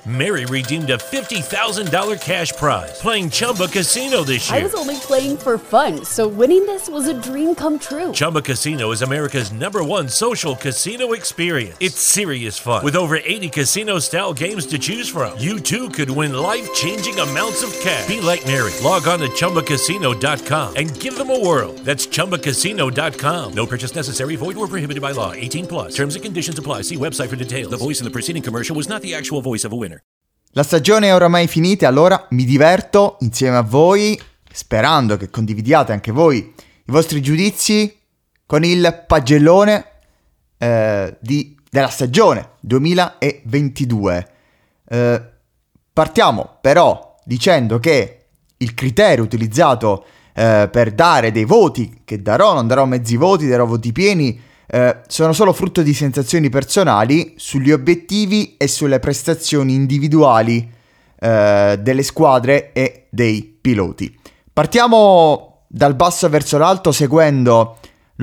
Mary redeemed a $50,000 cash prize playing Chumba Casino this year. I was only playing for fun, so winning this was a dream come true. Chumba Casino is America's #1 social casino experience. It's serious fun. With over 80 casino-style games to choose from, you too could win life-changing amounts of cash. Be like Mary. Log on to ChumbaCasino.com and give them a whirl. That's ChumbaCasino.com. No purchase necessary. Void where prohibited by law. 18+. Terms and conditions apply. See website for details. The voice in the preceding commercial was not the actual voice of a winner. La stagione è oramai finita, allora mi diverto insieme a voi, sperando che condividiate anche voi i vostri giudizi con il pagellone della stagione 2022. Partiamo però dicendo che il criterio utilizzato per dare dei voti, che darò, non darò mezzi voti, darò voti pieni, sono solo frutto di sensazioni personali sugli obiettivi e sulle prestazioni individuali delle squadre e dei piloti. Partiamo dal basso verso l'alto seguendo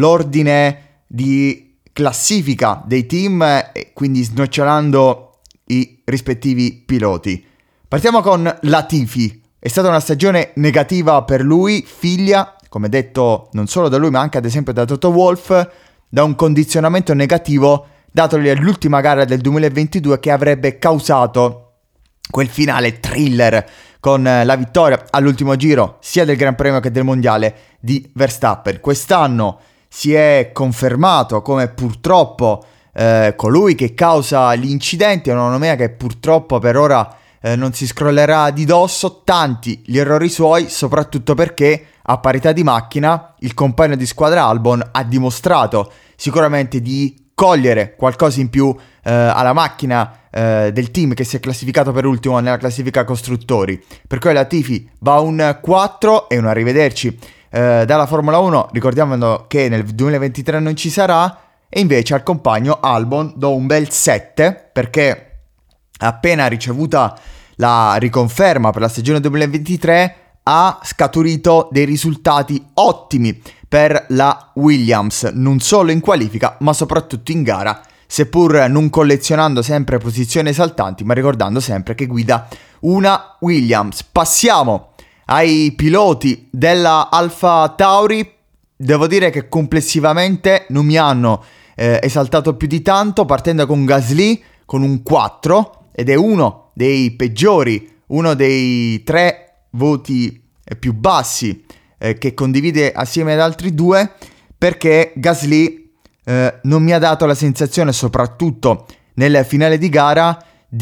l'ordine di classifica dei team e quindi snocciolando i rispettivi piloti. Partiamo con Latifi. È stata una stagione negativa per lui, figlia, come detto non solo da lui ma anche ad esempio da Toto Wolff, da un condizionamento negativo datogli all'ultima gara del 2022 che avrebbe causato quel finale thriller con la vittoria all'ultimo giro sia del Gran Premio che del Mondiale di Verstappen. Quest'anno si è confermato come purtroppo colui che causa gli incidenti, una nomea che purtroppo per ora non si scrollerà di dosso, tanti gli errori suoi, soprattutto perché a parità di macchina il compagno di squadra Albon ha dimostrato sicuramente di cogliere qualcosa in più alla macchina del team che si è classificato per ultimo nella classifica costruttori. Per cui Latifi va un 4 e un arrivederci dalla Formula 1, ricordiamo che nel 2023 non ci sarà, e invece al compagno Albon do un bel 7 perché appena ricevuta la riconferma per la stagione 2023 ha scaturito dei risultati ottimi per la Williams, non solo in qualifica ma soprattutto in gara, seppur non collezionando sempre posizioni esaltanti, ma ricordando sempre che guida una Williams. Passiamo ai piloti della Alfa Tauri. Devo dire che complessivamente non mi hanno esaltato più di tanto, partendo con Gasly con un 4, ed è uno dei peggiori, uno dei 3 voti più bassi che condivide assieme ad altri due, perché Gasly non mi ha dato la sensazione, soprattutto nel finale di gara,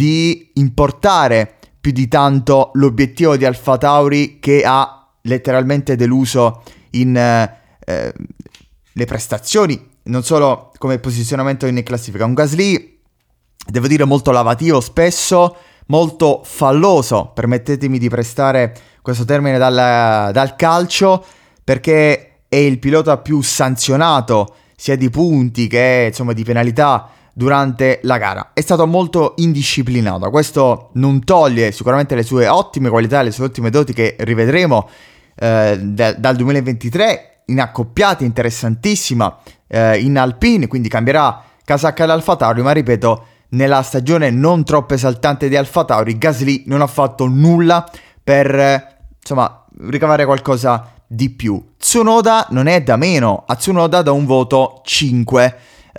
di importare più di tanto l'obiettivo di Alfa Tauri, che ha letteralmente deluso in le prestazioni, non solo come posizionamento in classifica. Un Gasly, devo dire, molto lavativo spesso, molto falloso, permettetemi di prestare questo termine dal calcio, perché è il pilota più sanzionato sia di punti che insomma di penalità durante la gara. È stato molto indisciplinato. Questo non toglie sicuramente le sue ottime qualità, le sue ottime doti che rivedremo dal 2023 in accoppiata interessantissima in Alpine, quindi cambierà casacca all'Alfa Tauri, ma ripeto, nella stagione non troppo esaltante di Alfa Tauri Gasly non ha fatto nulla per insomma ricavare qualcosa di più. Tsunoda non è da meno, a Tsunoda da un voto 5.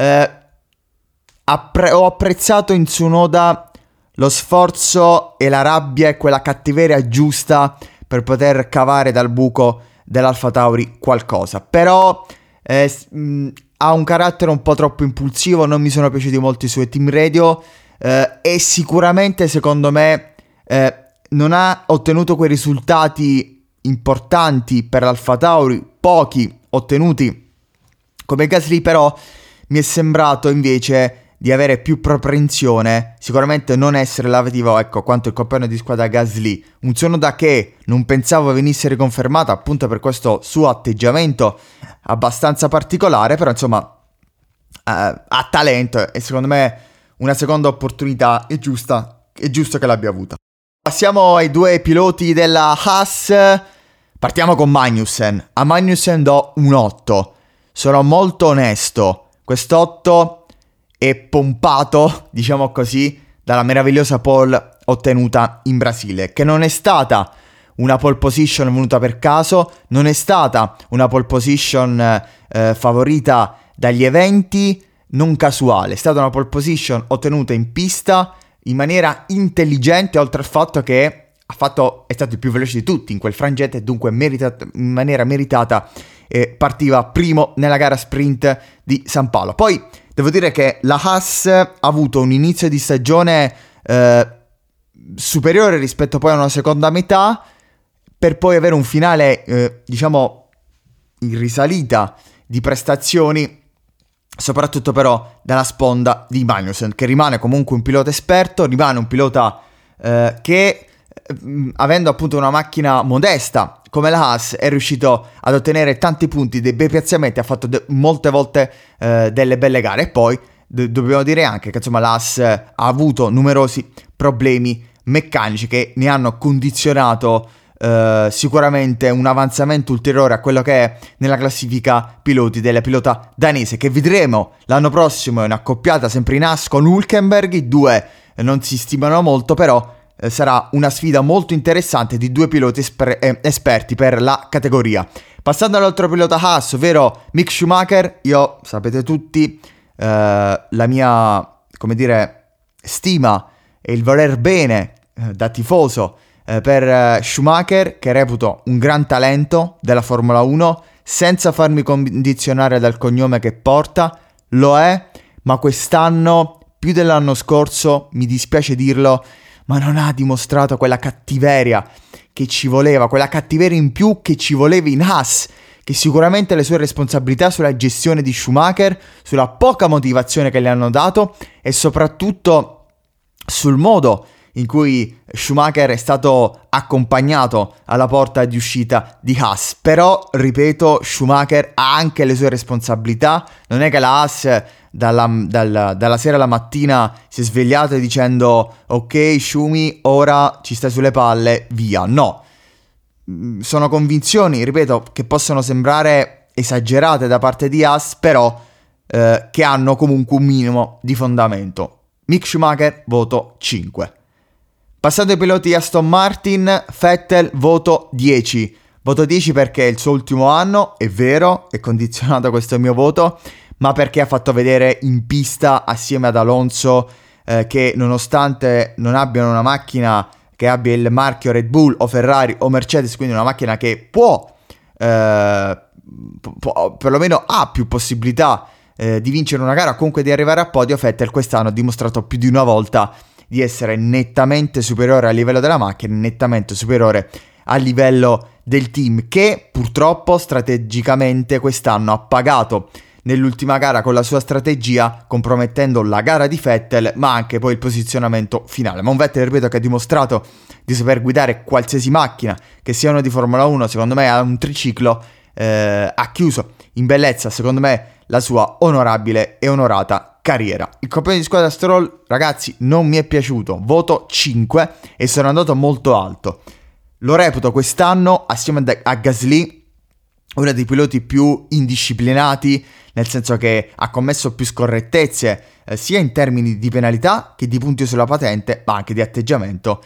Ho apprezzato in Tsunoda lo sforzo e la rabbia e quella cattiveria giusta per poter cavare dal buco dell'Alfa Tauri qualcosa, però ha un carattere un po' troppo impulsivo, non mi sono piaciuti molto i suoi team radio e sicuramente secondo me non ha ottenuto quei risultati importanti per l'Alfa Tauri, pochi ottenuti come Gasly, però mi è sembrato invece di avere più propensione, sicuramente non essere lavativo, ecco, quanto il compagno di squadra Gasly. Un Tsunoda che non pensavo venisse riconfermato appunto per questo suo atteggiamento abbastanza particolare, però insomma ha talento e secondo me una seconda opportunità è giusto che l'abbia avuta. Passiamo ai due piloti della Haas. Partiamo con Magnussen. A Magnussen do un 8. Sono molto onesto. Quest'otto è pompato, diciamo così, dalla meravigliosa pole ottenuta in Brasile, che non è stata una pole position venuta per caso, non è stata una pole position favorita dagli eventi, non casuale, è stata una pole position ottenuta in pista in maniera intelligente, oltre al fatto che è stato il più veloce di tutti in quel frangente e dunque in maniera meritata partiva primo nella gara sprint di San Paolo. Poi devo dire che la Haas ha avuto un inizio di stagione superiore rispetto poi a una seconda metà, per poi avere un finale diciamo in risalita di prestazioni, soprattutto però dalla sponda di Magnussen, che rimane comunque un pilota esperto, rimane un pilota che avendo appunto una macchina modesta come la Haas è riuscito ad ottenere tanti punti, dei bei piazzamenti, ha fatto molte volte delle belle gare. E poi dobbiamo dire anche che insomma la Haas ha avuto numerosi problemi meccanici che ne hanno condizionato sicuramente un avanzamento ulteriore a quello che è nella classifica piloti della pilota danese, che vedremo l'anno prossimo in accoppiata sempre in Haas con Hülkenberg. I due non si stimano molto, però sarà una sfida molto interessante di due piloti esperti per la categoria. Passando all'altro pilota Haas, ovvero Mick Schumacher, io sapete tutti la mia, come dire, stima e il voler bene da tifoso per Schumacher, che reputo un gran talento della Formula 1, senza farmi condizionare dal cognome che porta, lo è, ma quest'anno, più dell'anno scorso, mi dispiace dirlo, ma non ha dimostrato quella cattiveria che ci voleva, quella cattiveria in più che ci voleva in Haas, che sicuramente le sue responsabilità sulla gestione di Schumacher, sulla poca motivazione che le hanno dato e soprattutto sul modo in cui Schumacher è stato accompagnato alla porta di uscita di Haas. Però, ripeto, Schumacher ha anche le sue responsabilità. Non è che la Haas dalla sera alla mattina si è svegliata dicendo ok Schumi, ora ci stai sulle palle, via. No, sono convinzioni, ripeto, che possono sembrare esagerate da parte di Haas, però che hanno comunque un minimo di fondamento. Mick Schumacher, voto 5. Passando ai piloti Aston Martin, Vettel, voto 10. Voto 10 perché è il suo ultimo anno, è vero, è condizionato questo mio voto, ma perché ha fatto vedere in pista assieme ad Alonso che nonostante non abbiano una macchina che abbia il marchio Red Bull o Ferrari o Mercedes, quindi una macchina che può perlomeno ha più possibilità di vincere una gara, comunque di arrivare a podio, Vettel quest'anno ha dimostrato più di una volta di essere nettamente superiore a livello della macchina, nettamente superiore a livello del team, che purtroppo strategicamente quest'anno ha pagato nell'ultima gara con la sua strategia, compromettendo la gara di Vettel, ma anche poi il posizionamento finale. Ma un Vettel, ripeto, che ha dimostrato di saper guidare qualsiasi macchina, che sia una di Formula 1, secondo me ha un triciclo, ha chiuso in bellezza, secondo me, la sua onorabile e onorata carriera. Il compagno di squadra Stroll, ragazzi, non mi è piaciuto, voto 5 e sono andato molto alto. Lo reputo quest'anno, assieme a Gasly, uno dei piloti più indisciplinati, nel senso che ha commesso più scorrettezze sia in termini di penalità che di punti sulla patente, ma anche di atteggiamento.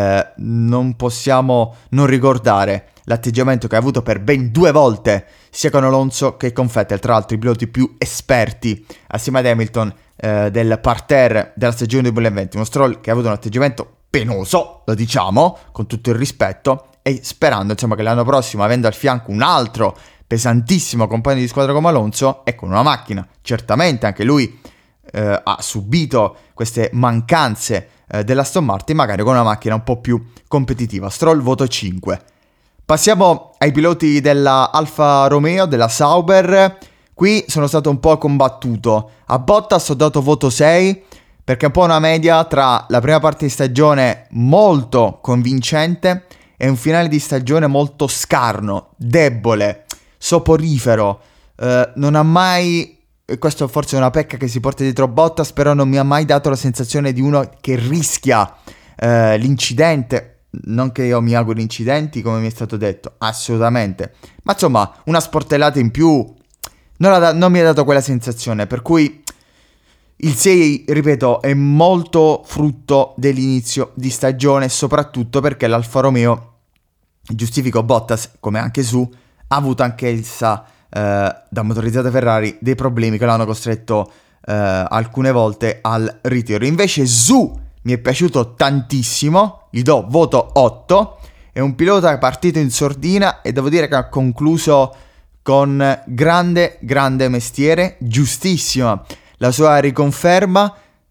Non possiamo non ricordare l'atteggiamento che ha avuto per ben 2 volte sia con Alonso che con Vettel, tra l'altro i piloti più esperti assieme ad Hamilton del parterre della stagione 2020. Uno Stroll che ha avuto un atteggiamento penoso, lo diciamo, con tutto il rispetto, e sperando insomma che l'anno prossimo, avendo al fianco un altro pesantissimo compagno di squadra come Alonso, e con una macchina, certamente anche lui ha subito queste mancanze dell'Aston Martin, magari con una macchina un po' più competitiva. Stroll, voto 5. Passiamo ai piloti della Alfa Romeo, della Sauber. Qui sono stato un po' combattuto. A Bottas ho dato voto 6, perché è un po' una media tra la prima parte di stagione molto convincente e un finale di stagione molto scarno, debole, soporifero. Non ha mai, e questo forse è una pecca che si porta dietro Bottas, però non mi ha mai dato la sensazione di uno che rischia l'incidente. Non che io mi auguri incidenti, come mi è stato detto, assolutamente, ma insomma una sportellata in più non mi ha dato quella sensazione, per cui Il 6, ripeto, è molto frutto dell'inizio di stagione, soprattutto perché l'Alfa Romeo, giustifico Bottas, come anche Su, ha avuto anch'essa, da motorizzata Ferrari, dei problemi che l'hanno costretto alcune volte al ritiro. Invece Su mi è piaciuto tantissimo, gli do voto 8, è un pilota partito in sordina e devo dire che ha concluso con grande mestiere, giustissima la sua riconferma.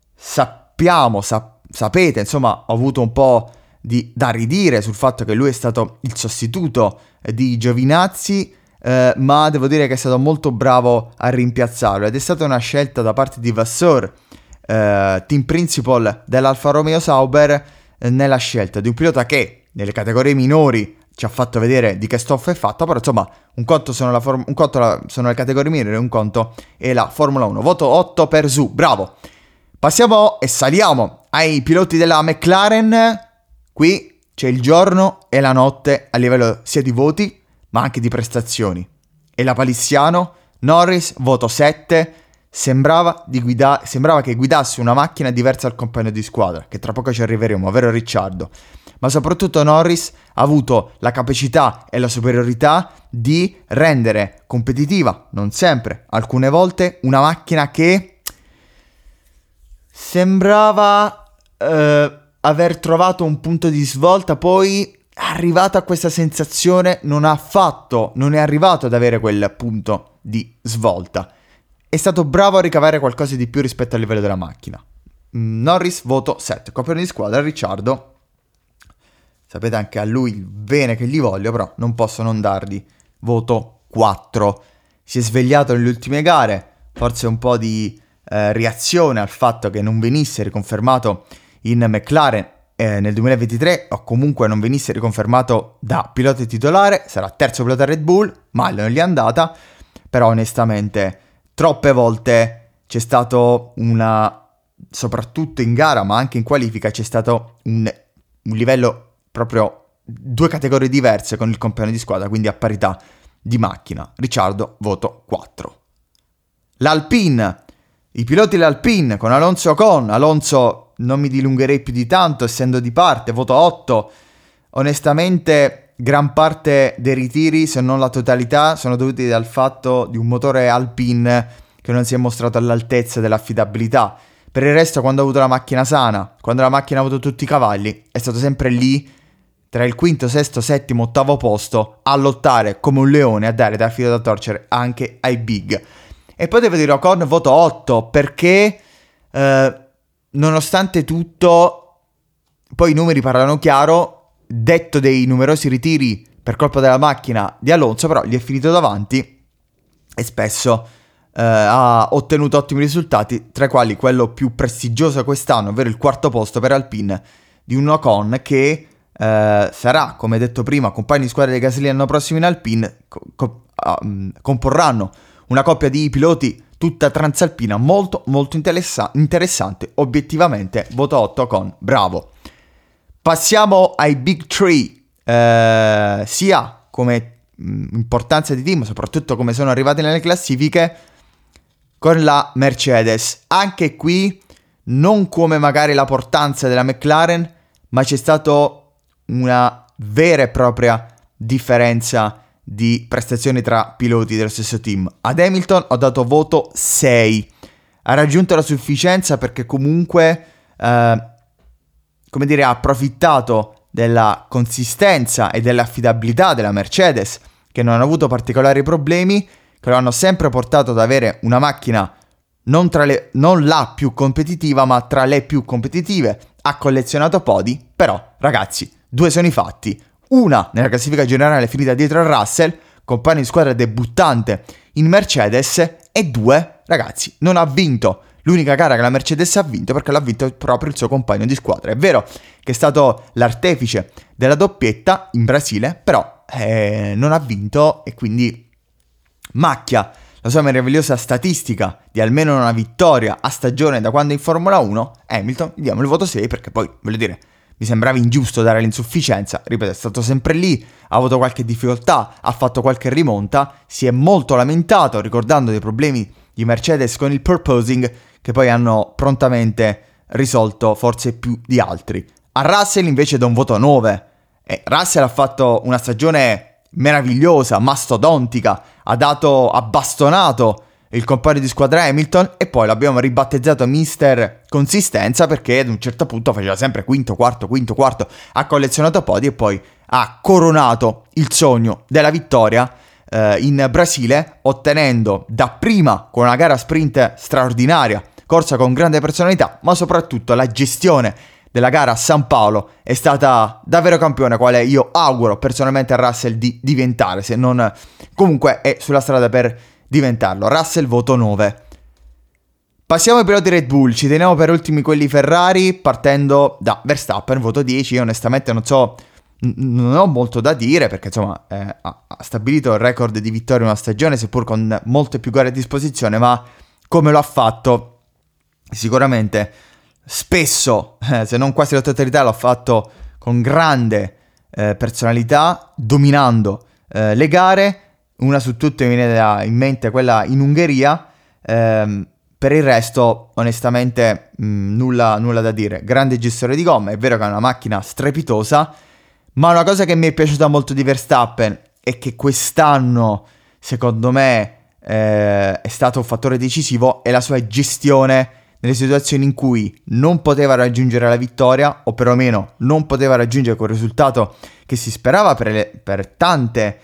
Sapete, insomma, ho avuto un po' da ridire sul fatto che lui è stato il sostituto di Giovinazzi, ma devo dire che è stato molto bravo a rimpiazzarlo, ed è stata una scelta da parte di Vasseur, team principal dell'Alfa Romeo Sauber, nella scelta di un pilota che nelle categorie minori ci ha fatto vedere di che stoffa è fatta, però insomma un conto sono le categorie minori, un conto è la Formula 1. Voto 8 per Su, bravo. Passiamo e saliamo ai piloti della McLaren. Qui c'è il giorno e la notte a livello sia di voti ma anche di prestazioni. E la Palissiano, Norris, voto 7, sembrava che guidasse una macchina diversa dal compagno di squadra, che tra poco ci arriveremo, vero Ricciardo? Ma soprattutto Norris ha avuto la capacità e la superiorità di rendere competitiva, non sempre, alcune volte, una macchina che sembrava aver trovato un punto di svolta, poi arrivato a questa sensazione non è arrivato ad avere quel punto di svolta. È stato bravo a ricavare qualcosa di più rispetto al livello della macchina. Norris, voto 7. Compagno di squadra, Ricciardo. Sapete anche a lui il bene che gli voglio, però non posso non dargli voto 4. Si è svegliato nelle ultime gare, forse un po' di reazione al fatto che non venisse riconfermato in McLaren nel 2023, o comunque non venisse riconfermato da pilota titolare. Sarà terzo pilota Red Bull, ma non gli è andata. Però onestamente troppe volte c'è stato soprattutto in gara ma anche in qualifica, c'è stato un livello proprio, due categorie diverse con il compagno di squadra, quindi a parità di macchina. Ricciardo, voto 4. L'Alpine, i piloti dell'Alpine con Alonso Ocon. Alonso non mi dilungherei più di tanto, essendo di parte, voto 8. Onestamente gran parte dei ritiri, se non la totalità, sono dovuti dal fatto di un motore Alpine che non si è mostrato all'altezza dell'affidabilità. Per il resto, quando ha avuto la macchina sana, quando la macchina ha avuto tutti i cavalli, è stato sempre lì tra il quinto, sesto, settimo, ottavo posto a lottare come un leone, a dare da filo da torcere anche ai big. E poi devo dire Ocon, voto 8, perché nonostante tutto, poi i numeri parlano chiaro, detto dei numerosi ritiri per colpa della macchina di Alonso, però gli è finito davanti e spesso ha ottenuto ottimi risultati, tra i quali quello più prestigioso quest'anno, ovvero il quarto posto per Alpine di un Ocon che sarà, come detto prima, compagno di squadra dei Gasly l'anno prossimo in Alpine. Comporranno una coppia di piloti tutta transalpina molto interessante. Obiettivamente voto 8 con bravo. Passiamo ai Big 3, sia come importanza di team, soprattutto come sono arrivati nelle classifiche, con la Mercedes. Anche qui non come magari la portanza della McLaren, ma c'è stato una vera e propria differenza di prestazioni tra piloti dello stesso team. Ad Hamilton ho dato voto 6. Ha raggiunto la sufficienza perché comunque ha approfittato della consistenza e dell'affidabilità della Mercedes, che non hanno avuto particolari problemi, che lo hanno sempre portato ad avere una macchina non la più competitiva, ma tra le più competitive. Ha collezionato podi, però ragazzi, 2 sono i fatti. Una nella classifica generale finita dietro a Russell, compagno di squadra debuttante in Mercedes, e 2, ragazzi, non ha vinto l'unica gara che la Mercedes ha vinto, perché l'ha vinto proprio il suo compagno di squadra. È vero che è stato l'artefice della doppietta in Brasile, però non ha vinto, e quindi macchia la sua meravigliosa statistica di almeno una vittoria a stagione da quando è in Formula 1. Hamilton, gli diamo il voto 6 perché poi, voglio dire, mi sembrava ingiusto dare l'insufficienza. Ripeto, è stato sempre lì, ha avuto qualche difficoltà, ha fatto qualche rimonta, si è molto lamentato ricordando dei problemi di Mercedes con il purposing, che poi hanno prontamente risolto forse più di altri. A Russell invece do un voto 9. Russell ha fatto una stagione meravigliosa, mastodontica, ha bastonato il compagno di squadra Hamilton e poi l'abbiamo ribattezzato Mister Consistenza perché ad un certo punto faceva sempre quinto, quarto, ha collezionato podi e poi ha coronato il sogno della vittoria in Brasile, ottenendo dapprima con una gara sprint straordinaria, corsa con grande personalità, ma soprattutto la gestione della gara a San Paolo è stata davvero campione, quale io auguro personalmente a Russell di diventare, se non comunque è sulla strada per diventarlo. Russell voto 9. Passiamo ai piloti Red Bull, ci teniamo per ultimi quelli Ferrari, partendo da Verstappen, voto 10. Io onestamente non ho molto da dire perché insomma ha stabilito il record di vittorie in una stagione, seppur con molte più gare a disposizione, ma come lo ha fatto sicuramente spesso, se non quasi la totalità, l'ha fatto con grande personalità, dominando le gare. Una su tutte mi viene in mente quella in Ungheria. Per il resto onestamente nulla da dire. Grande gestore di gomme, è vero che è una macchina strepitosa, ma una cosa che mi è piaciuta molto di Verstappen è che quest'anno secondo me è stato un fattore decisivo, è la sua gestione nelle situazioni in cui non poteva raggiungere la vittoria, o perlomeno non poteva raggiungere quel risultato che si sperava per tante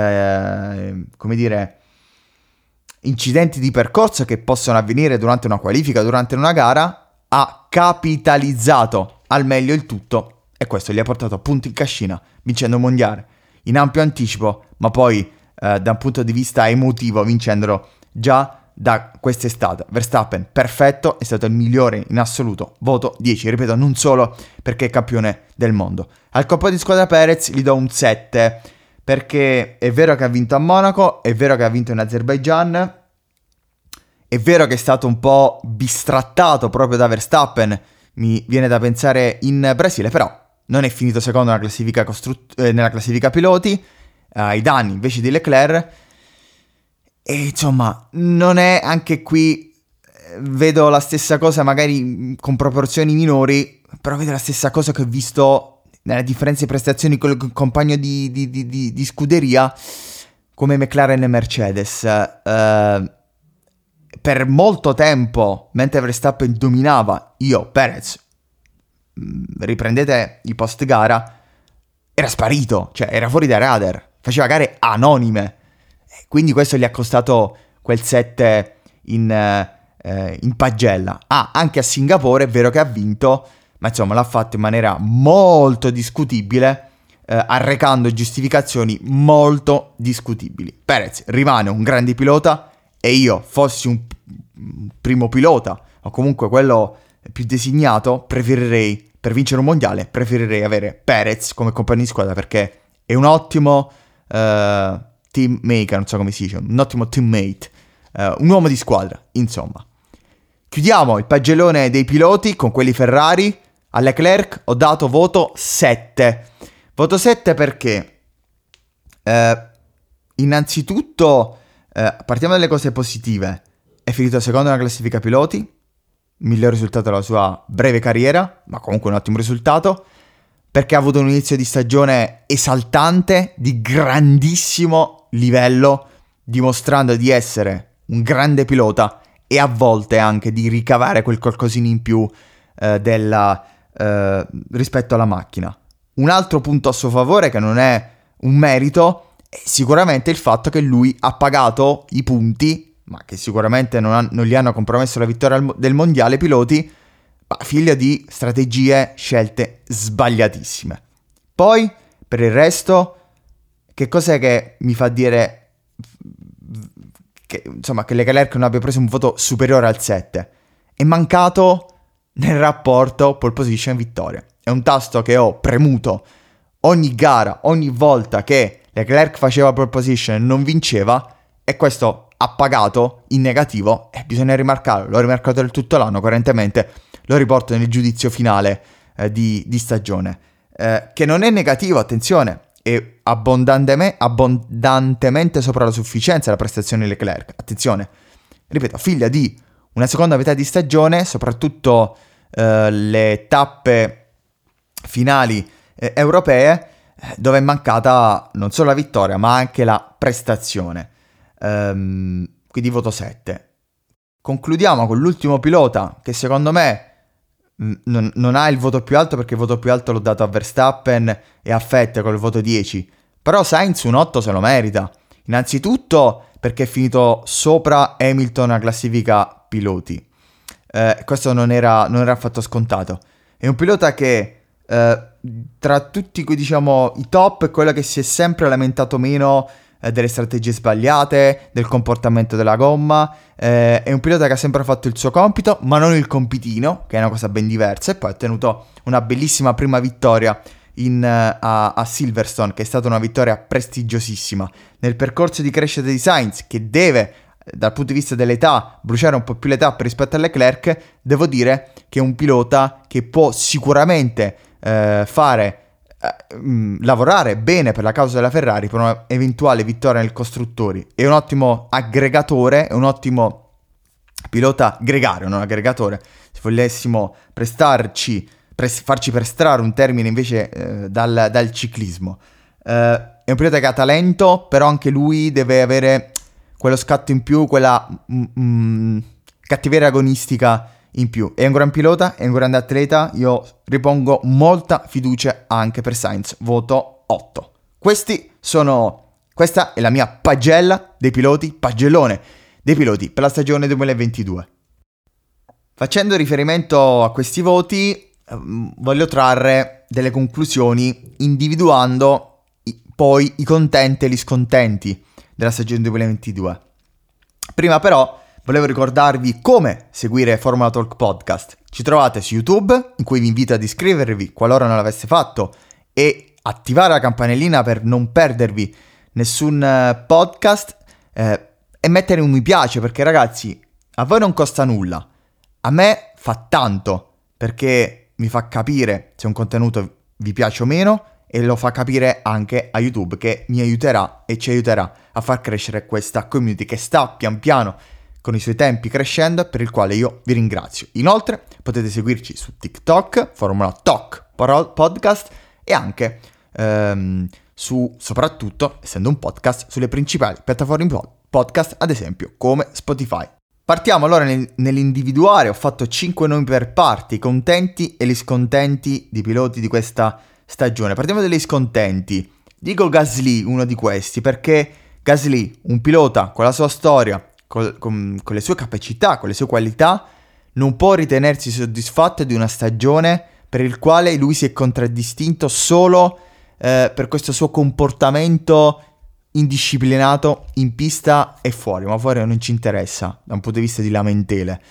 incidenti di percorso che possono avvenire durante una qualifica, durante una gara. Ha capitalizzato al meglio il tutto e questo gli ha portato a punti in cascina, vincendo un mondiale in ampio anticipo, ma poi da un punto di vista emotivo vincendolo già da quest'estate. Verstappen perfetto, è stato il migliore in assoluto, voto 10, ripeto, non solo perché è campione del mondo. Al compagno di squadra Perez gli do un 7, perché è vero che ha vinto a Monaco, è vero che ha vinto in Azerbaijan, è vero che è stato un po' bistrattato proprio da Verstappen, mi viene da pensare in Brasile, però non è finito secondo nella classifica piloti, ai danni invece di Leclerc. E insomma, non è, anche qui vedo la stessa cosa, magari con proporzioni minori, però vedo la stessa cosa che ho visto nella differenza di prestazioni con il compagno di scuderia come McLaren e Mercedes. Per molto tempo, mentre Verstappen dominava, Perez, riprendete i post gara, era sparito, cioè era fuori dai radar, faceva gare anonime. Quindi questo gli ha costato quel 7 in pagella. Anche a Singapore è vero che ha vinto, ma insomma l'ha fatto in maniera molto discutibile, arrecando giustificazioni molto discutibili. Perez rimane un grande pilota e io, fossi un primo pilota o comunque quello più designato, preferirei, per vincere un mondiale, preferirei avere Perez come compagno di squadra, perché è un ottimo team maker, non so come si dice, un ottimo teammate, un uomo di squadra, insomma. Chiudiamo il pagellone dei piloti con quelli Ferrari. A Leclerc ho dato voto 7. Voto 7 perché innanzitutto partiamo dalle cose positive. È finito secondo nella classifica piloti, miglior risultato della sua breve carriera, ma comunque un ottimo risultato, perché ha avuto un inizio di stagione esaltante, di grandissimo livello, dimostrando di essere un grande pilota e a volte anche di ricavare quel qualcosina in più rispetto alla macchina. Un altro punto a suo favore, che non è un merito, è sicuramente il fatto che lui ha pagato i punti, ma che sicuramente non gli hanno compromesso la vittoria del mondiale piloti, ma figlio di strategie scelte sbagliatissime. Poi, per il resto, che cos'è che mi fa dire che Leclerc non abbia preso un voto superiore al 7? È mancato nel rapporto pole position vittoria. È un tasto che ho premuto ogni gara, ogni volta che Leclerc faceva pole position e non vinceva, e questo ha pagato in negativo, e bisogna rimarcarlo. L'ho rimarcato per tutto l'anno, coerentemente lo riporto nel giudizio finale di stagione, che non è negativo, attenzione, è abbondantemente sopra la sufficienza la prestazione di Leclerc. Attenzione, ripeto, figlia di una seconda metà di stagione, soprattutto le tappe finali europee, dove è mancata non solo la vittoria ma anche la prestazione. Quindi voto 7. Concludiamo con l'ultimo pilota che secondo me non ha il voto più alto, perché il voto più alto l'ho dato a Verstappen e a Vettel con il voto 10, però Sainz un 8 se lo merita, innanzitutto perché è finito sopra Hamilton alla classifica piloti. Questo non era affatto scontato. È un pilota che tra tutti diciamo i top è quello che si è sempre lamentato meno delle strategie sbagliate, del comportamento della gomma. È un pilota che ha sempre fatto il suo compito, ma non il compitino, che è una cosa ben diversa, e poi ha ottenuto una bellissima prima vittoria a Silverstone, che è stata una vittoria prestigiosissima. Nel percorso di crescita di Sainz, che deve, dal punto di vista dell'età, bruciare un po' più le tappe rispetto a Leclerc, devo dire che è un pilota che può sicuramente lavorare bene per la causa della Ferrari per un'eventuale vittoria nel costruttori. È un ottimo aggregatore, è un ottimo pilota gregario, non aggregatore. Se volessimo farci prestare un termine invece dal ciclismo. È un pilota che ha talento, però anche lui deve avere quello scatto in più, quella cattiveria agonistica in più. È un gran pilota, è un grande atleta. Io ripongo molta fiducia anche per Sainz, voto 8. Questa è la mia pagellone dei piloti per la stagione 2022. Facendo riferimento a questi voti, voglio trarre delle conclusioni individuando poi i contenti e gli scontenti della stagione 2022. Prima però volevo ricordarvi come seguire Formula Talk Podcast. Ci trovate su YouTube, in cui vi invito ad iscrivervi qualora non l'aveste fatto e attivare la campanellina per non perdervi nessun podcast, e mettere un mi piace, perché ragazzi, a voi non costa nulla, a me fa tanto, perché mi fa capire se un contenuto vi piace o meno, e lo fa capire anche a YouTube, che mi aiuterà e ci aiuterà a far crescere questa community che sta pian piano con i suoi tempi crescendo, per il quale io vi ringrazio. Inoltre potete seguirci su TikTok, Formula Talk Podcast, e anche soprattutto, essendo un podcast, sulle principali piattaforme podcast, ad esempio come Spotify. Partiamo allora nell'individuare. Ho fatto 5 nomi per parti, i contenti e gli scontenti di piloti di questa stagione. Partiamo dagli scontenti. Dico Gasly, uno di questi, perché Gasly, un pilota con la sua storia, con le sue capacità, con le sue qualità, non può ritenersi soddisfatto di una stagione per il quale lui si è contraddistinto solo per questo suo comportamento indisciplinato in pista e fuori, ma fuori non ci interessa da un punto di vista di lamentele,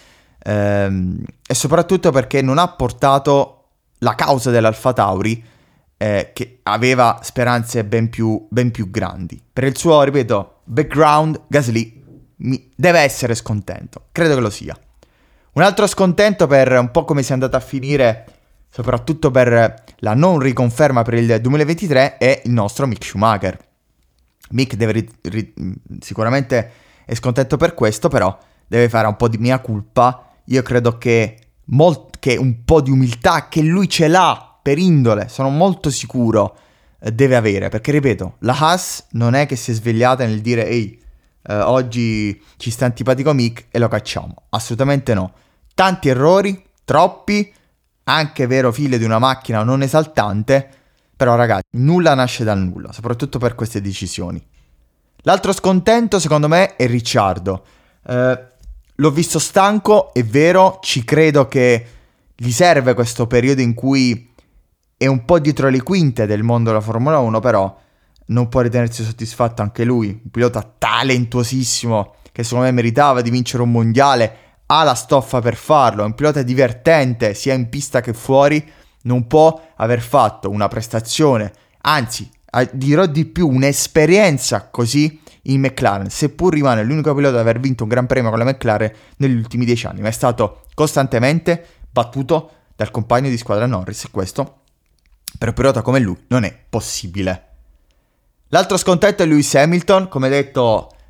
e soprattutto perché non ha portato la causa dell'Alfa Tauri, che aveva speranze ben più grandi. Per il suo, ripeto, background, Gasly deve essere scontento, credo che lo sia. Un altro scontento per un po' come si è andata a finire, soprattutto per la non riconferma per il 2023, è il nostro Mick Schumacher. Mick deve sicuramente è scontento per questo, però deve fare un po' di mea culpa. Io credo che un po' di umiltà, che lui ce l'ha per indole, sono molto sicuro, deve avere, perché ripeto, la Haas non è che si è svegliata nel dire ehi, oggi ci sta antipatico Mick e lo cacciamo, assolutamente no. Tanti errori, troppi, anche vero figlio di una macchina non esaltante, però ragazzi, nulla nasce dal nulla, soprattutto per queste decisioni. L'altro scontento secondo me è Ricciardo. L'ho visto stanco, è vero, ci credo che gli serve questo periodo in cui è un po' dietro le quinte del mondo della Formula 1, però non può ritenersi soddisfatto anche lui, un pilota talentuosissimo che secondo me meritava di vincere un mondiale, ha la stoffa per farlo, è un pilota divertente sia in pista che fuori, non può aver fatto una prestazione, anzi dirò di più, un'esperienza così in McLaren, seppur rimane l'unico pilota ad aver vinto un gran premio con la McLaren negli ultimi 10 anni, ma è stato costantemente battuto dal compagno di squadra Norris, e questo per un pilota come lui non è possibile. L'altro scontento è Lewis Hamilton, come detto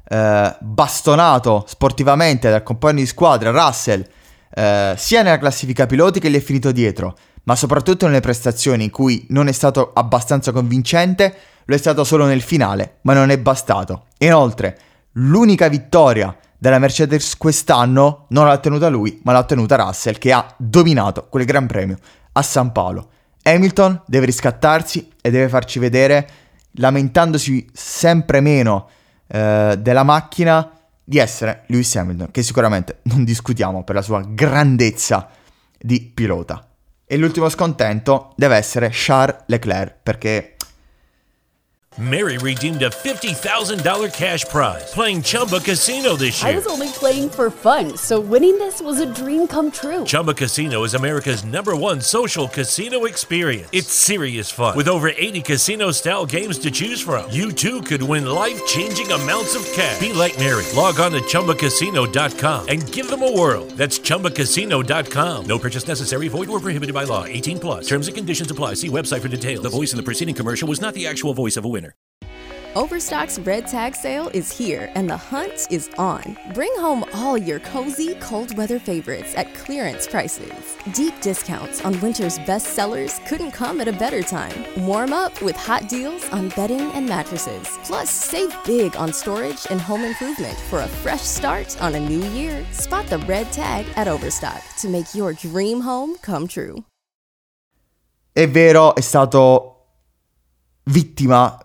bastonato sportivamente dal compagno di squadra Russell, sia nella classifica piloti che gli è finito dietro, ma soprattutto nelle prestazioni in cui non è stato abbastanza convincente, lo è stato solo nel finale, ma non è bastato. Inoltre, l'unica vittoria della Mercedes quest'anno non l'ha ottenuta lui, ma l'ha ottenuta Russell, che ha dominato quel Gran Premio a San Paolo. Hamilton deve riscattarsi e deve farci vedere, lamentandosi sempre meno della macchina, di essere Lewis Hamilton, che sicuramente non discutiamo per la sua grandezza di pilota. E l'ultimo scontento deve essere Charles Leclerc, perché Mary redeemed a $50,000 cash prize playing Chumba Casino this I year. was only playing for fun, so winning this was a dream come true. Chumba Casino is America's #1 social casino experience. It's serious fun. With over 80 casino-style games to choose from, you too could win life-changing amounts of cash. Be like Mary. Log on to ChumbaCasino.com and give them a whirl. That's ChumbaCasino.com. No purchase necessary. Void where prohibited by law. 18 plus. Terms and conditions apply. See website for details. The voice in the preceding commercial was not the actual voice of a winner. Overstock's Red Tag Sale is here and the hunt is on. Bring home all your cozy, cold weather favorites at clearance prices. Deep discounts on winter's best sellers couldn't come at a better time. Warm up with hot deals on bedding and mattresses. Plus, save big on storage and home improvement for a fresh start on a new year. Spot the red tag at Overstock to make your dream home come true. è vero, è stato vittima,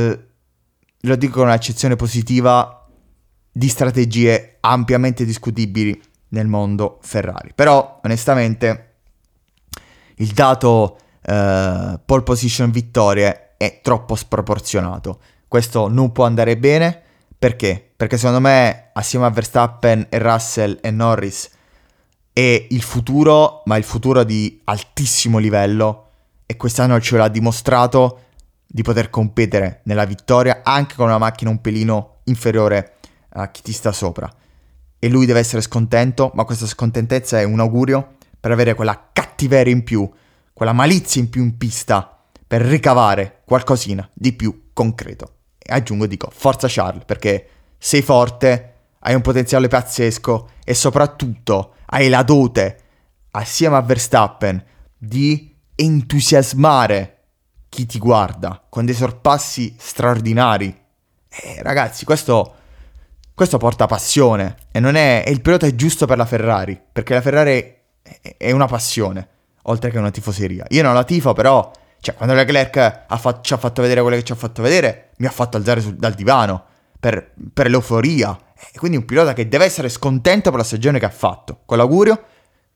lo dico con un'accezione positiva, di strategie ampiamente discutibili nel mondo Ferrari. Però onestamente il dato pole position vittorie è troppo sproporzionato. Questo non può andare bene. Perché? Perché secondo me assieme a Verstappen e Russell e Norris è il futuro, ma il futuro di altissimo livello, e quest'anno ce l'ha dimostrato di poter competere nella vittoria anche con una macchina un pelino inferiore a chi ti sta sopra. E lui deve essere scontento, ma questa scontentezza è un augurio per avere quella cattiveria in più, quella malizia in più in pista, per ricavare qualcosina di più concreto. E aggiungo, dico, forza Charles, perché sei forte, hai un potenziale pazzesco e soprattutto hai la dote, assieme a Verstappen, di entusiasmare chi ti guarda con dei sorpassi straordinari. Ragazzi, questo porta passione e non è il pilota è giusto per la Ferrari, perché la Ferrari è una passione oltre che una tifoseria. Io non la tifo, però quando Leclerc ci ha fatto vedere quello che ci ha fatto vedere, mi ha fatto alzare dal divano per l'euforia. E quindi un pilota che deve essere scontento per la stagione che ha fatto, con l'augurio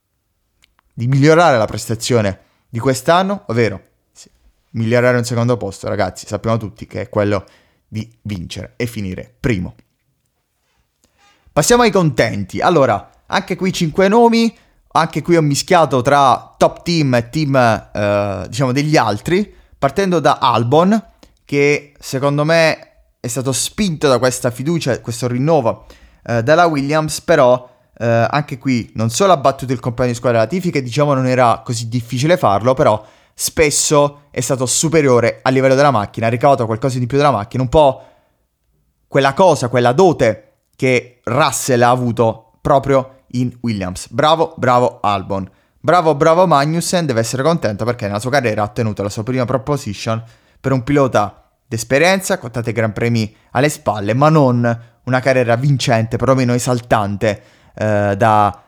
di migliorare la prestazione di quest'anno, ovvero migliorare un secondo posto. Ragazzi, sappiamo tutti che è quello di vincere e finire primo. Passiamo ai contenti. Allora, anche qui 5 nomi, anche qui ho mischiato tra top team e team, diciamo, degli altri, partendo da Albon, che secondo me è stato spinto da questa fiducia, questo rinnovo dalla Williams, però anche qui non solo ha battuto il compagno di squadra Latifi, che diciamo non era così difficile farlo, però spesso è stato superiore a livello della macchina, ha ricavato qualcosa di più della macchina, un po' quella cosa, quella dote che Russell ha avuto proprio in Williams. Bravo Albon. Bravo Magnussen, deve essere contento perché nella sua carriera ha ottenuto la sua prima pole position per un pilota d'esperienza, con tanti gran premi alle spalle, ma non una carriera vincente, perlomeno esaltante nella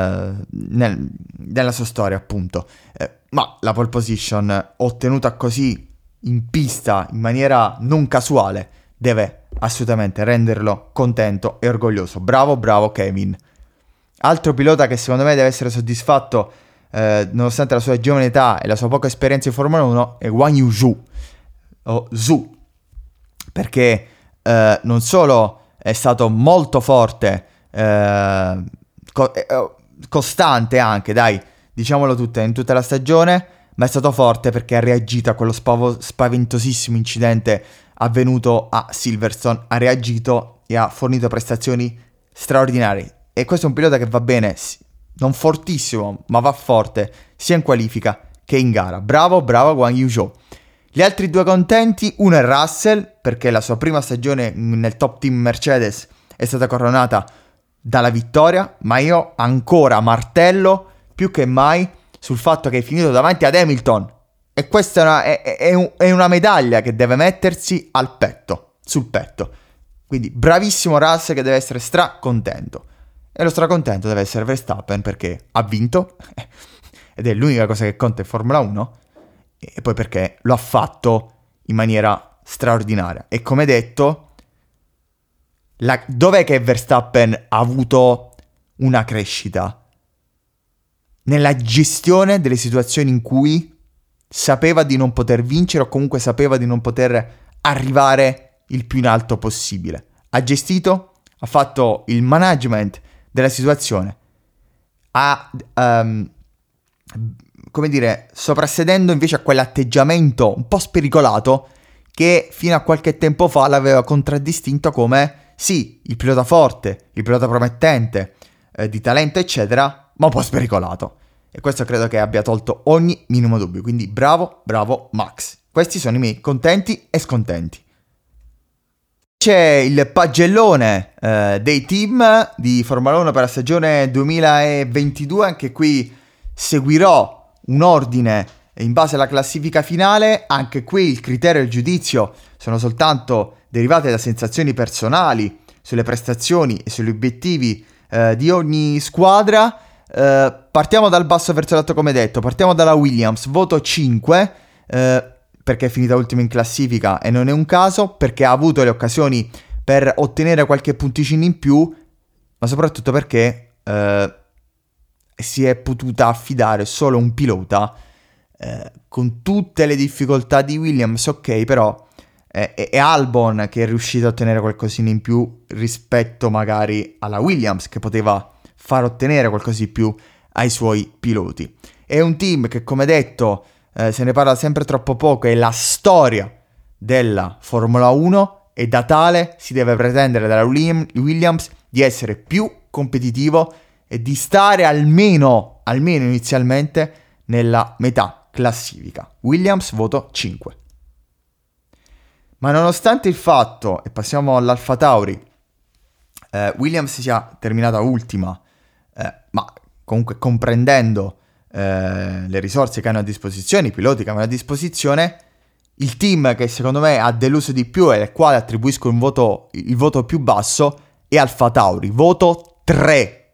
sua storia, appunto. Ma la pole position ottenuta così in pista, in maniera non casuale, deve assolutamente renderlo contento e orgoglioso. Bravo Kevin. Altro pilota che secondo me deve essere soddisfatto nonostante la sua giovane età e la sua poca esperienza in Formula 1 è Guan Yu Zhou, perché non solo è stato molto forte, costante anche, dai, diciamolo tutto, in tutta la stagione, ma è stato forte perché ha reagito a quello spaventosissimo incidente avvenuto a Silverstone, ha reagito e ha fornito prestazioni straordinarie. E questo è un pilota che va bene, non fortissimo, ma va forte sia in qualifica che in gara. Bravo Guan Yu Zhou. Gli altri due contenti, uno è Russell, perché la sua prima stagione nel top team Mercedes è stata coronata dalla vittoria, ma io ancora martello più che mai sul fatto che è finito davanti ad Hamilton. E questa è una medaglia che deve mettersi sul petto. Quindi bravissimo Russell, che deve essere stracontento. E lo stracontento deve essere Verstappen, perché ha vinto, ed è l'unica cosa che conta in Formula 1, e poi perché lo ha fatto in maniera straordinaria. E come detto, dov'è che Verstappen ha avuto una crescita? Nella gestione delle situazioni in cui sapeva di non poter vincere, o comunque sapeva di non poter arrivare il più in alto possibile. Ha gestito, ha fatto il management della situazione, come dire, soprassedendo invece a quell'atteggiamento un po' spericolato che fino a qualche tempo fa l'aveva contraddistinto come, sì, il pilota forte, il pilota promettente, di talento eccetera, ma un po' spericolato. E questo credo che abbia tolto ogni minimo dubbio. Quindi bravo Max. Questi sono i miei contenti e scontenti. C'è il pagellone dei team di Formula 1 per la stagione 2022. Anche qui seguirò un ordine in base alla classifica finale. Anche qui il criterio e il giudizio sono soltanto derivati da sensazioni personali sulle prestazioni e sugli obiettivi di ogni squadra. Partiamo dal basso verso l'alto, come detto. Partiamo dalla Williams, voto 5, perché è finita ultima in classifica e non è un caso, perché ha avuto le occasioni per ottenere qualche punticino in più, ma soprattutto perché si è potuta affidare solo un pilota, con tutte le difficoltà di Williams, ok, però è Albon che è riuscito a ottenere qualcosina in più rispetto magari alla Williams, che poteva far ottenere qualcosa di più ai suoi piloti. È un team che, come detto, se ne parla sempre troppo poco, è la storia della Formula 1 e da tale si deve pretendere dalla Williams di essere più competitivo e di stare almeno inizialmente nella metà classifica. Williams voto 5. Ma nonostante il fatto, e passiamo all'Alfa Tauri, Williams sia terminata ultima, ma comunque comprendendo le risorse che hanno a disposizione, i piloti che hanno a disposizione, il team che secondo me ha deluso di più e al quale attribuisco il voto più basso è Alfa Tauri, voto 3,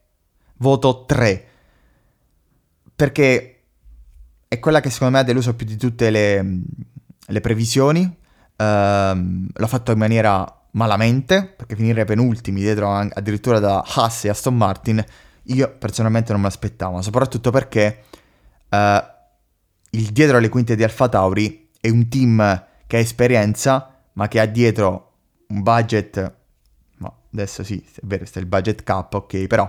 perché è quella che secondo me ha deluso più di tutte le previsioni. L'ha fatto in maniera malamente, perché finire penultimi dietro addirittura da Haas e Aston Martin io personalmente non me l'aspettavo, soprattutto perché il dietro alle quinte di Alfa Tauri è un team che ha esperienza, ma che ha dietro un budget, ma adesso sì, è vero, sta il budget cap, ok, però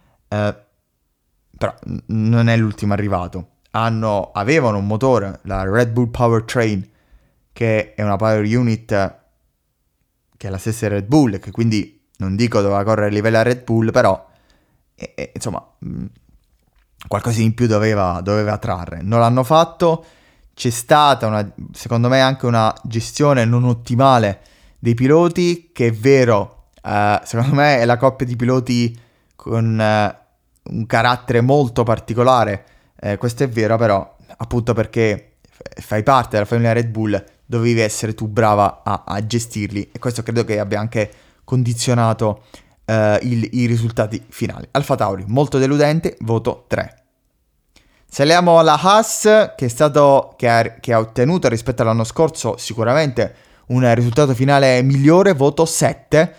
non è l'ultimo arrivato. Avevano un motore, la Red Bull Powertrain, che è una power unit che è la stessa Red Bull, che quindi non dico doveva correre a livello a Red Bull, però insomma qualcosa in più doveva trarre. Non l'hanno fatto. C'è stata secondo me anche una gestione non ottimale dei piloti, che è vero, secondo me è la coppia di piloti con un carattere molto particolare, questo è vero, però appunto perché fai parte della famiglia Red Bull dovevi essere tu brava a gestirli, e questo credo che abbia anche condizionato i risultati finali. Alfa Tauri molto deludente, voto 3. Saliamo alla Haas, che ha ottenuto rispetto all'anno scorso sicuramente un risultato finale migliore, voto 7.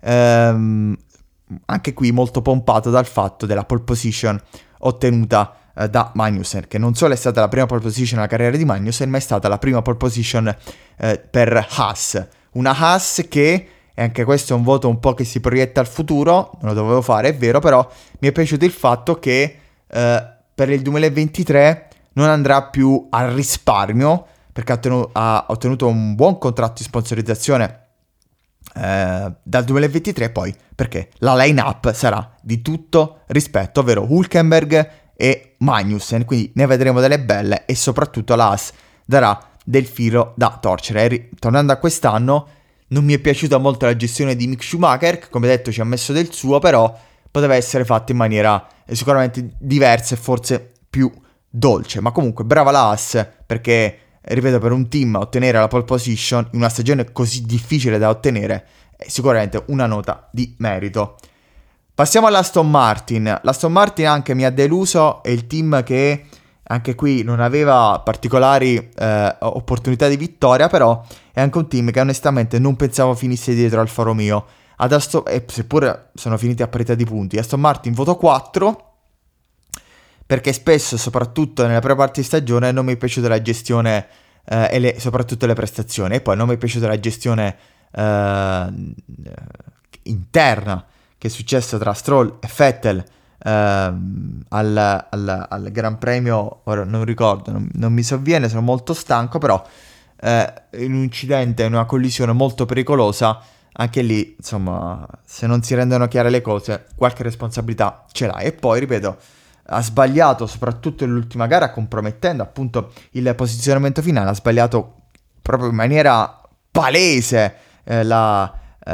Anche qui molto pompato dal fatto della pole position ottenuta da Magnussen, che non solo è stata la prima pole position nella carriera di Magnussen, ma è stata la prima pole position per Haas. Una Haas che, e anche questo è un voto un po' che si proietta al futuro, non lo dovevo fare, è vero, però mi è piaciuto il fatto che per il 2023 non andrà più al risparmio, perché ha ottenuto un buon contratto di sponsorizzazione dal 2023, poi perché la line-up sarà di tutto rispetto, ovvero Hülkenberg e Magnussen, quindi ne vedremo delle belle, e soprattutto la Haas darà del filo da torcere. Tornando a quest'anno, non mi è piaciuta molto la gestione di Mick Schumacher, che come detto ci ha messo del suo, però poteva essere fatta in maniera sicuramente diversa e forse più dolce. Ma comunque brava la Haas, perché ripeto, per un team ottenere la pole position in una stagione così difficile da ottenere è sicuramente una nota di merito. Passiamo all'Aston Martin. L'Aston Martin anche mi ha deluso, è il team che anche qui non aveva particolari opportunità di vittoria, però è anche un team che onestamente non pensavo finisse dietro Alfa Romeo. Seppure sono finiti a parità di punti, Aston Martin voto 4, perché spesso, soprattutto nella prima parte di stagione, non mi è piaciuta la gestione soprattutto le prestazioni, e poi non mi è piaciuta la gestione interna che è successo tra Stroll e Vettel al Gran Premio, ora non ricordo, non mi sovviene, sono molto stanco, però in un incidente, in una collisione molto pericolosa, anche lì, insomma, se non si rendono chiare le cose, qualche responsabilità ce l'hai. E poi, ripeto, ha sbagliato soprattutto nell'ultima gara, compromettendo appunto il posizionamento finale, ha sbagliato proprio in maniera palese la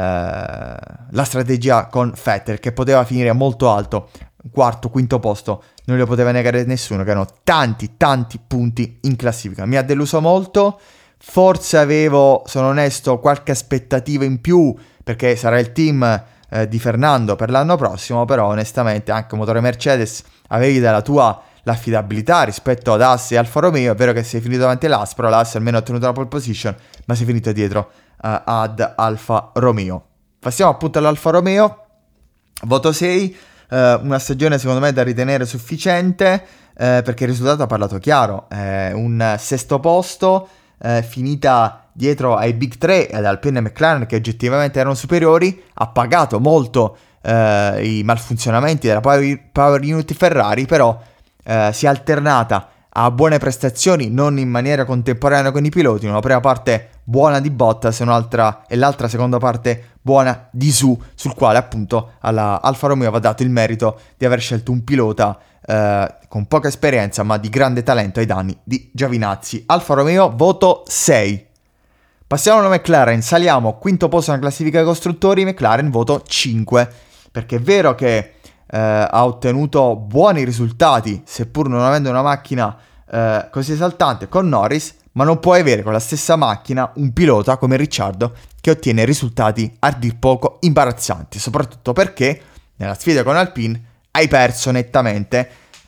strategia con Vettel, che poteva finire molto alto, quarto, quinto posto, non lo poteva negare nessuno, che erano tanti punti in classifica. Mi ha deluso molto, forse avevo, sono onesto, qualche aspettativa in più, perché sarà il team di Fernando per l'anno prossimo, però onestamente anche motore Mercedes avevi dalla tua l'affidabilità rispetto ad Haas e Alfa Romeo. È vero che sei finito davanti all'Haas, però l'Haas almeno ha ottenuto la pole position, ma sei finito dietro ad Alfa Romeo. Passiamo appunto all'Alfa Romeo, voto 6, una stagione secondo me da ritenere sufficiente, perché il risultato ha parlato chiaro, un sesto posto, finita dietro ai Big 3 ed Alpine e McLaren, che oggettivamente erano superiori. Ha pagato molto i malfunzionamenti della power unit Ferrari, però si è alternata a buone prestazioni non in maniera contemporanea con i piloti, una prima parte buona di Bottas e l'altra seconda parte buona di Su, sul quale appunto alla Alfa Romeo va dato il merito di aver scelto un pilota con poca esperienza ma di grande talento ai danni di Giovinazzi. Alfa Romeo voto 6. Passiamo alla McLaren, saliamo quinto posto nella classifica dei costruttori, McLaren voto 5, perché è vero che ha ottenuto buoni risultati, seppur non avendo una macchina così esaltante con Norris, ma non puoi avere con la stessa macchina un pilota come Ricciardo che ottiene risultati a dir poco imbarazzanti, soprattutto perché nella sfida con Alpine hai perso nettamente,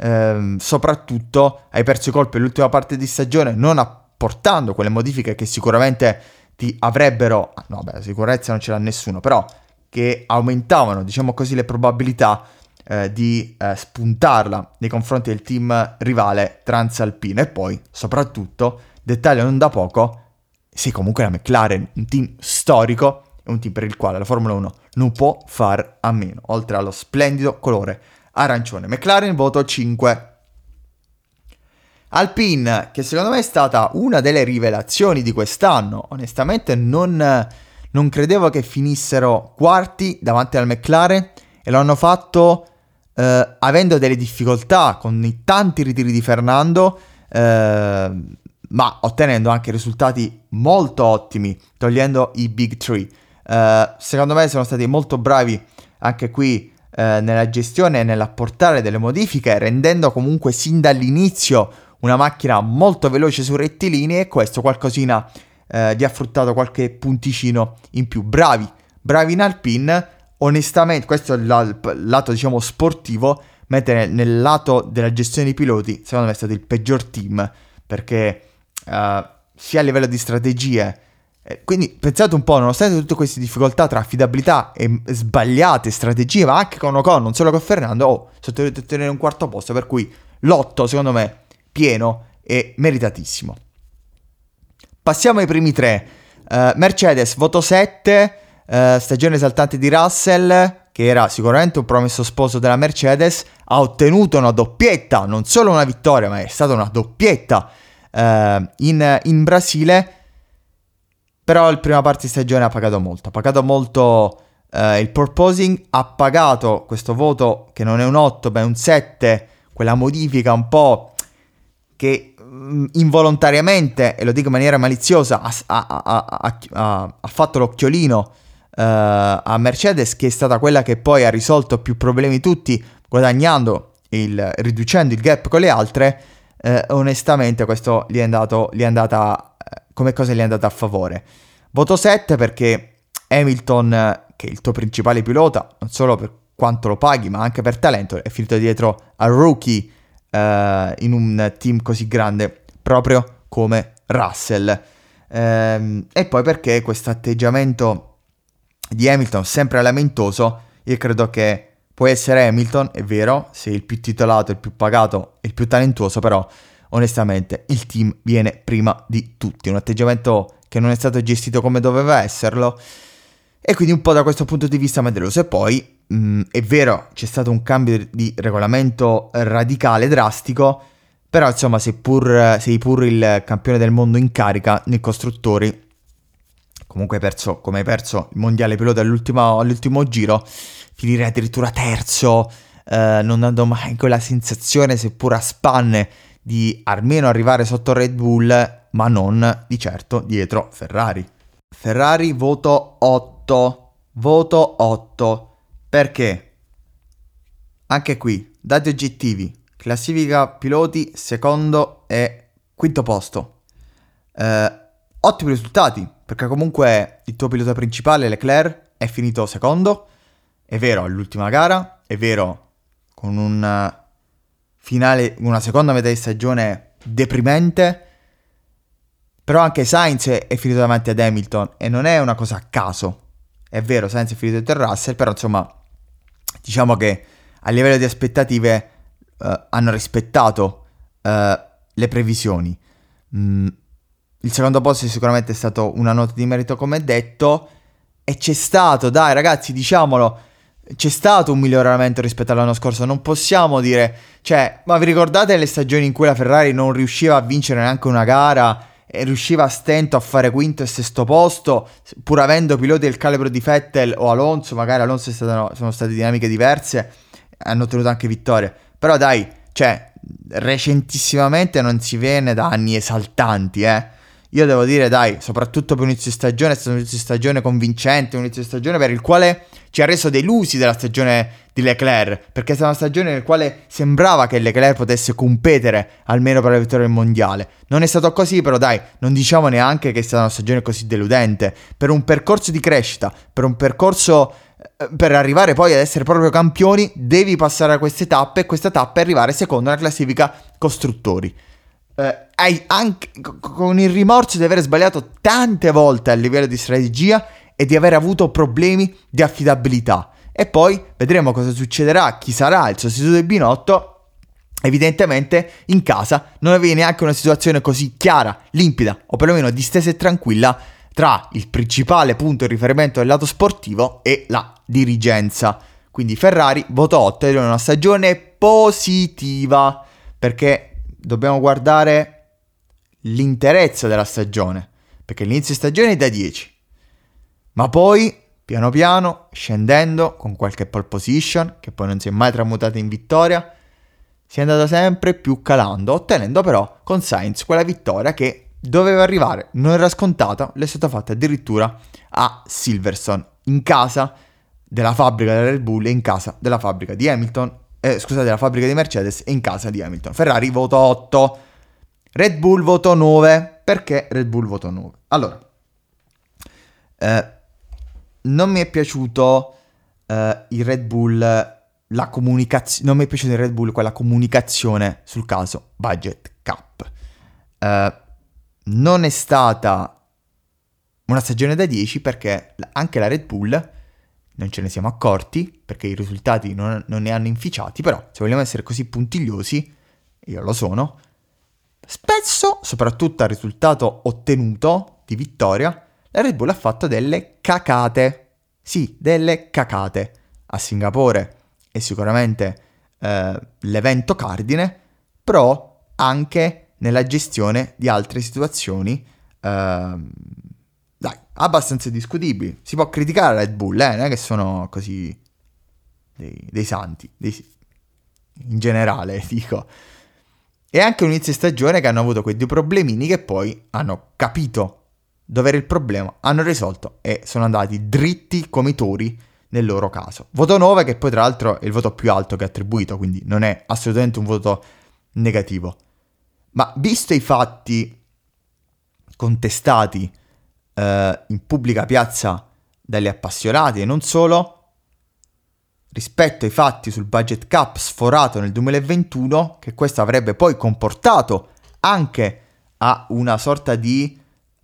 soprattutto hai perso i colpi nell'ultima parte di stagione, non apportando quelle modifiche che sicuramente ti avrebbero, no beh, sicurezza non ce l'ha nessuno, però che aumentavano, diciamo così, le probabilità di spuntarla nei confronti del team rivale Transalpine. E poi, soprattutto, dettaglio non da poco, sei comunque la McLaren, un team storico, un team per il quale la Formula 1 non può far a meno, oltre allo splendido colore arancione. McLaren voto 5. Alpine, che secondo me è stata una delle rivelazioni di quest'anno, onestamente non credevo che finissero quarti davanti al McLaren, e lo hanno fatto avendo delle difficoltà con i tanti ritiri di Fernando, ma ottenendo anche risultati molto ottimi, togliendo i Big 3. Secondo me sono stati molto bravi anche qui nella gestione e nell'apportare delle modifiche, rendendo comunque sin dall'inizio una macchina molto veloce sui rettilinei, e questo qualcosina gli ha fruttato qualche punticino in più. Bravi in Alpine, onestamente questo è il lato diciamo sportivo, mentre nel lato della gestione dei piloti secondo me è stato il peggior team, perché sia a livello di strategie, quindi pensate un po', nonostante tutte queste difficoltà tra affidabilità e sbagliate strategie, ma anche con Ocon, non solo con Fernando, sono dovuti ottenere un quarto posto, per cui l'otto secondo me pieno e meritatissimo. Passiamo ai primi tre. Mercedes voto 7, stagione esaltante di Russell, che era sicuramente un promesso sposo della Mercedes, ha ottenuto una doppietta, non solo una vittoria, ma è stata una doppietta in Brasile. Però la prima parte di stagione ha pagato molto il purposing, ha pagato questo voto che non è un 8 ma è un 7, quella modifica un po' che involontariamente, e lo dico in maniera maliziosa, ha fatto l'occhiolino a Mercedes, che è stata quella che poi ha risolto più problemi tutti, riducendo il gap con le altre. Onestamente questo gli è andata come cosa gli è andata a favore. Voto 7 perché Hamilton, che è il tuo principale pilota, non solo per quanto lo paghi ma anche per talento, è finito dietro a rookie in un team così grande proprio come Russell. E poi perché questo atteggiamento di Hamilton sempre lamentoso, io credo che può essere Hamilton, è vero, sei il più titolato, il più pagato e il più talentuoso, però onestamente il team viene prima di tutti, un atteggiamento che non è stato gestito come doveva esserlo, e quindi un po' da questo punto di vista mi è deluso. E poi è vero, c'è stato un cambio di regolamento radicale, drastico, però insomma sei pur il campione del mondo in carica nei costruttori, comunque come hai perso il mondiale pilota all'ultimo giro, finire addirittura terzo, non dando mai quella sensazione, seppur a spanne, di almeno arrivare sotto Red Bull, ma non di certo dietro Ferrari. Ferrari voto 8, perché anche qui dati oggettivi, classifica piloti secondo e quinto posto, ottimi risultati, perché comunque il tuo pilota principale Leclerc è finito secondo, è vero all'ultima gara, è vero con una seconda metà di stagione deprimente, però anche Sainz è finito davanti ad Hamilton e non è una cosa a caso. È vero, Sainz è finito dietro Russell, però insomma diciamo che a livello di aspettative hanno rispettato le previsioni. Il secondo posto sicuramente è stato una nota di merito, come detto, e c'è stato, dai ragazzi, diciamolo, c'è stato un miglioramento rispetto all'anno scorso. Non possiamo dire, ma vi ricordate le stagioni in cui la Ferrari non riusciva a vincere neanche una gara e riusciva a stento a fare quinto e sesto posto, pur avendo piloti del calibro di Vettel o Alonso? Magari Alonso sono state dinamiche diverse, hanno ottenuto anche vittorie, però dai, recentissimamente non si viene da anni esaltanti, Io devo dire, dai, soprattutto per un inizio di stagione, è stato un inizio di stagione convincente, un inizio di stagione per il quale ci ha reso delusi della stagione di Leclerc, perché è stata una stagione nel quale sembrava che Leclerc potesse competere almeno per la vittoria del mondiale. Non è stato così, però dai, non diciamo neanche che è stata una stagione così deludente. Per un percorso di crescita, per un percorso per arrivare poi ad essere proprio campioni, devi passare a queste tappe, e questa tappa è arrivare secondo la classifica costruttori. Hai anche con il rimorso di aver sbagliato tante volte a livello di strategia e di aver avuto problemi di affidabilità. E poi vedremo cosa succederà, chi sarà il sostituto di Binotto. Evidentemente in casa non avevi neanche una situazione così chiara, limpida o perlomeno distesa e tranquilla tra il principale punto di riferimento del lato sportivo e la dirigenza. Quindi Ferrari voto 8, è una stagione positiva, perché dobbiamo guardare l'interezza della stagione, perché l'inizio di stagione è da 10, ma poi piano piano, scendendo con qualche pole position che poi non si è mai tramutata in vittoria, si è andata sempre più calando, ottenendo però con Sainz quella vittoria che doveva arrivare, non era scontata, l'è stata fatta addirittura a Silverstone, in casa della fabbrica della Red Bull e in casa della fabbrica di Hamilton, della fabbrica di Mercedes e in casa di Hamilton. Ferrari voto 8, Red Bull voto 9. Perché Red Bull voto 9? Allora, non mi è piaciuto il Red Bull, la comunicazione, non mi è piaciuto il Red Bull quella comunicazione sul caso Budget Cap. Non è stata una stagione da 10 perché anche la Red Bull non ce ne siamo accorti, perché i risultati non ne hanno inficiati, però se vogliamo essere così puntigliosi, io lo sono, spesso, soprattutto al risultato ottenuto di vittoria, la Red Bull ha fatto delle cacate. Sì, delle cacate. A Singapore è sicuramente l'evento cardine, però anche nella gestione di altre situazioni abbastanza discutibili. Si può criticare la Red Bull, non è che sono così dei santi, in generale dico. e anche un inizio stagione che hanno avuto quei 2 problemini che poi hanno capito dove era il problema, hanno risolto e sono andati dritti come i tori nel loro caso. Voto 9, che poi tra l'altro è il voto più alto che ha attribuito, quindi non è assolutamente un voto negativo. Ma visto i fatti contestati in pubblica piazza dagli appassionati e non solo, rispetto ai fatti sul budget cap sforato nel 2021, che questo avrebbe poi comportato anche a una sorta di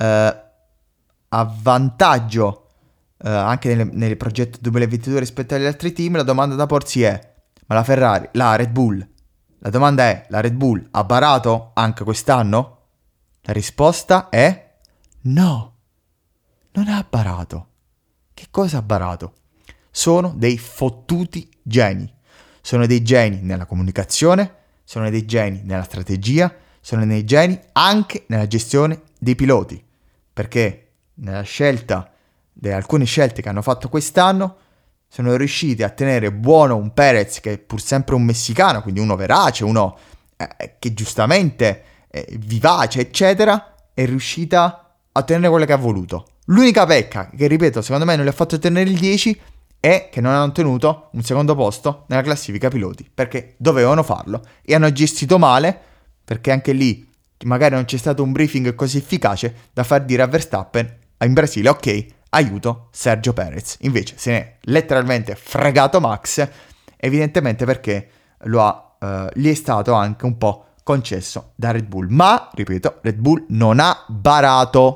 avvantaggio anche nel progetto 2022 rispetto agli altri team, la domanda da porsi è: ma la Ferrari, la Red Bull, la domanda è, la Red Bull ha barato anche quest'anno? La risposta è no, non ha barato. Che cosa ha barato? Sono dei fottuti geni. Sono dei geni nella comunicazione, sono dei geni nella strategia, sono dei geni anche nella gestione dei piloti. Perché nella scelta alcune scelte che hanno fatto quest'anno sono riusciti a tenere buono un Perez che è pur sempre un messicano, quindi uno verace, uno che giustamente è vivace, eccetera, è riuscita a tenere quello che ha voluto. L'unica pecca che, ripeto, secondo me non le ha fatto tenere il 10 è che non hanno tenuto un secondo posto nella classifica piloti, perché dovevano farlo e hanno gestito male, perché anche lì magari non c'è stato un briefing così efficace da far dire a Verstappen in Brasile: ok, aiuto Sergio Perez. Invece se ne è letteralmente fregato Max, evidentemente perché gli è stato anche un po' concesso da Red Bull. Ma, ripeto, Red Bull non ha barato.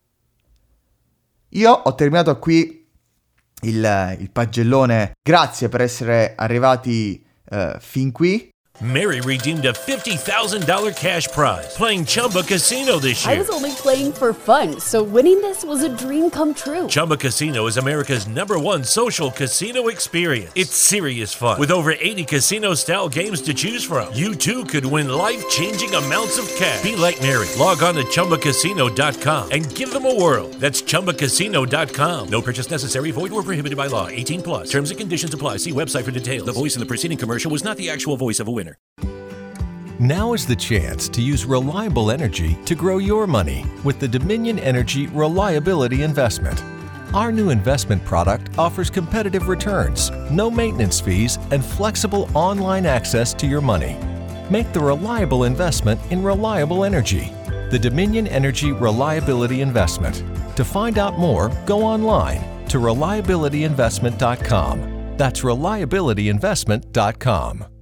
Io ho terminato qui il pagellone. Grazie per essere arrivati fin qui. Mary redeemed a $50,000 cash prize playing Chumba Casino this year. I was only playing for fun, so winning this was a dream come true. Chumba Casino is America's #1 social casino experience. It's serious fun. With over 80 casino-style games to choose from, you too could win life-changing amounts of cash. Be like Mary. Log on to ChumbaCasino.com and give them a whirl. That's ChumbaCasino.com. No purchase necessary. Void or prohibited by law. 18 plus. Terms and conditions apply. See website for details. The voice in the preceding commercial was not the actual voice of a winner. Now is the chance to use reliable energy to grow your money with the Dominion Energy Reliability Investment. Our new investment product offers competitive returns, no maintenance fees, and flexible online access to your money. Make the reliable investment in reliable energy. The Dominion Energy Reliability Investment. To find out more, go online to reliabilityinvestment.com. That's reliabilityinvestment.com.